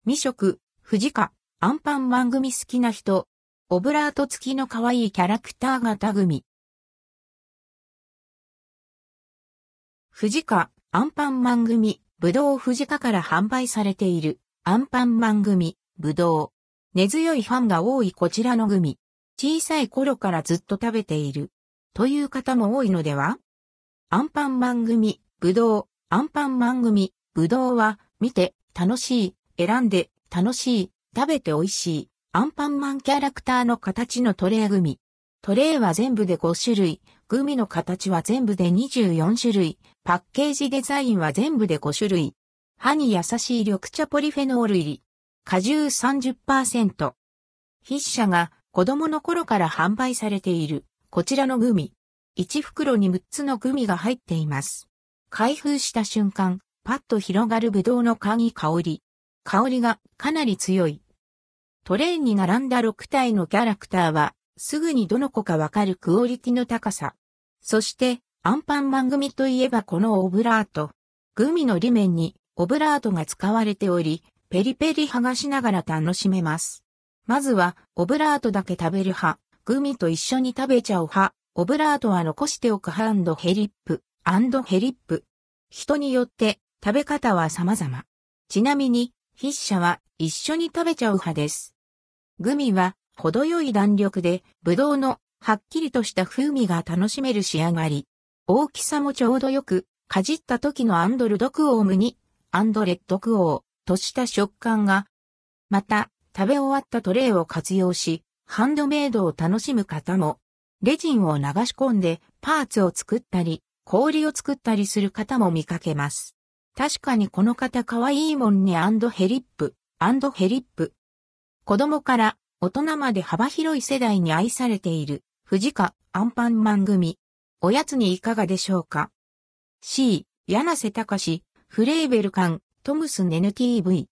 未食、藤か、アンパンマン組好きな人。オブラート付きの可愛いキャラクター型グミ。藤か、アンパンマン組、ぶどう藤かから販売されている、アンパンマン組、ぶどう。根強いファンが多いこちらのグミ。小さい頃からずっと食べている。という方も多いのでは？アンパンマン組、ぶどう、アンパンマン組、ぶどうは、見て、楽しい、選んで、楽しい、食べて美味しい、アンパンマンキャラクターの形のトレーグミ。トレーは全部で5種類、グミの形は全部で24種類、パッケージデザインは全部で5種類。歯に優しい緑茶ポリフェノール入り。果汁 30%。筆者が子供の頃から販売されている、こちらのグミ。1袋に6つのグミが入っています。開封した瞬間、パッと広がるぶどうの香り。香りがかなり強い。トレーンに並んだ6体のキャラクターは、すぐにどの子かわかるクオリティの高さ。そして、アンパンマングミといえばこのオブラート。グミの裏面にオブラートが使われており、ペリペリ剥がしながら楽しめます。まずは、オブラートだけ食べる派、グミと一緒に食べちゃう派、オブラートは残しておく派&ヘリップ。人によって食べ方は様々。ちなみに、筆者は一緒に食べちゃう派です。グミは程よい弾力で、ぶどうのはっきりとした風味が楽しめる仕上がり。大きさもちょうどよく、かじった時のルドクオームに、レッドクオーとした食感が。また、食べ終わったトレイを活用し、ハンドメイドを楽しむ方も、レジンを流し込んでパーツを作ったり、氷を作ったりする方も見かけます。確かにこの方可愛いもんねヘリップ。子供から大人まで幅広い世代に愛されている、藤かアンパンマン組。おやつにいかがでしょうか？ C、柳瀬隆、フレーベルカン、トムスン NTV。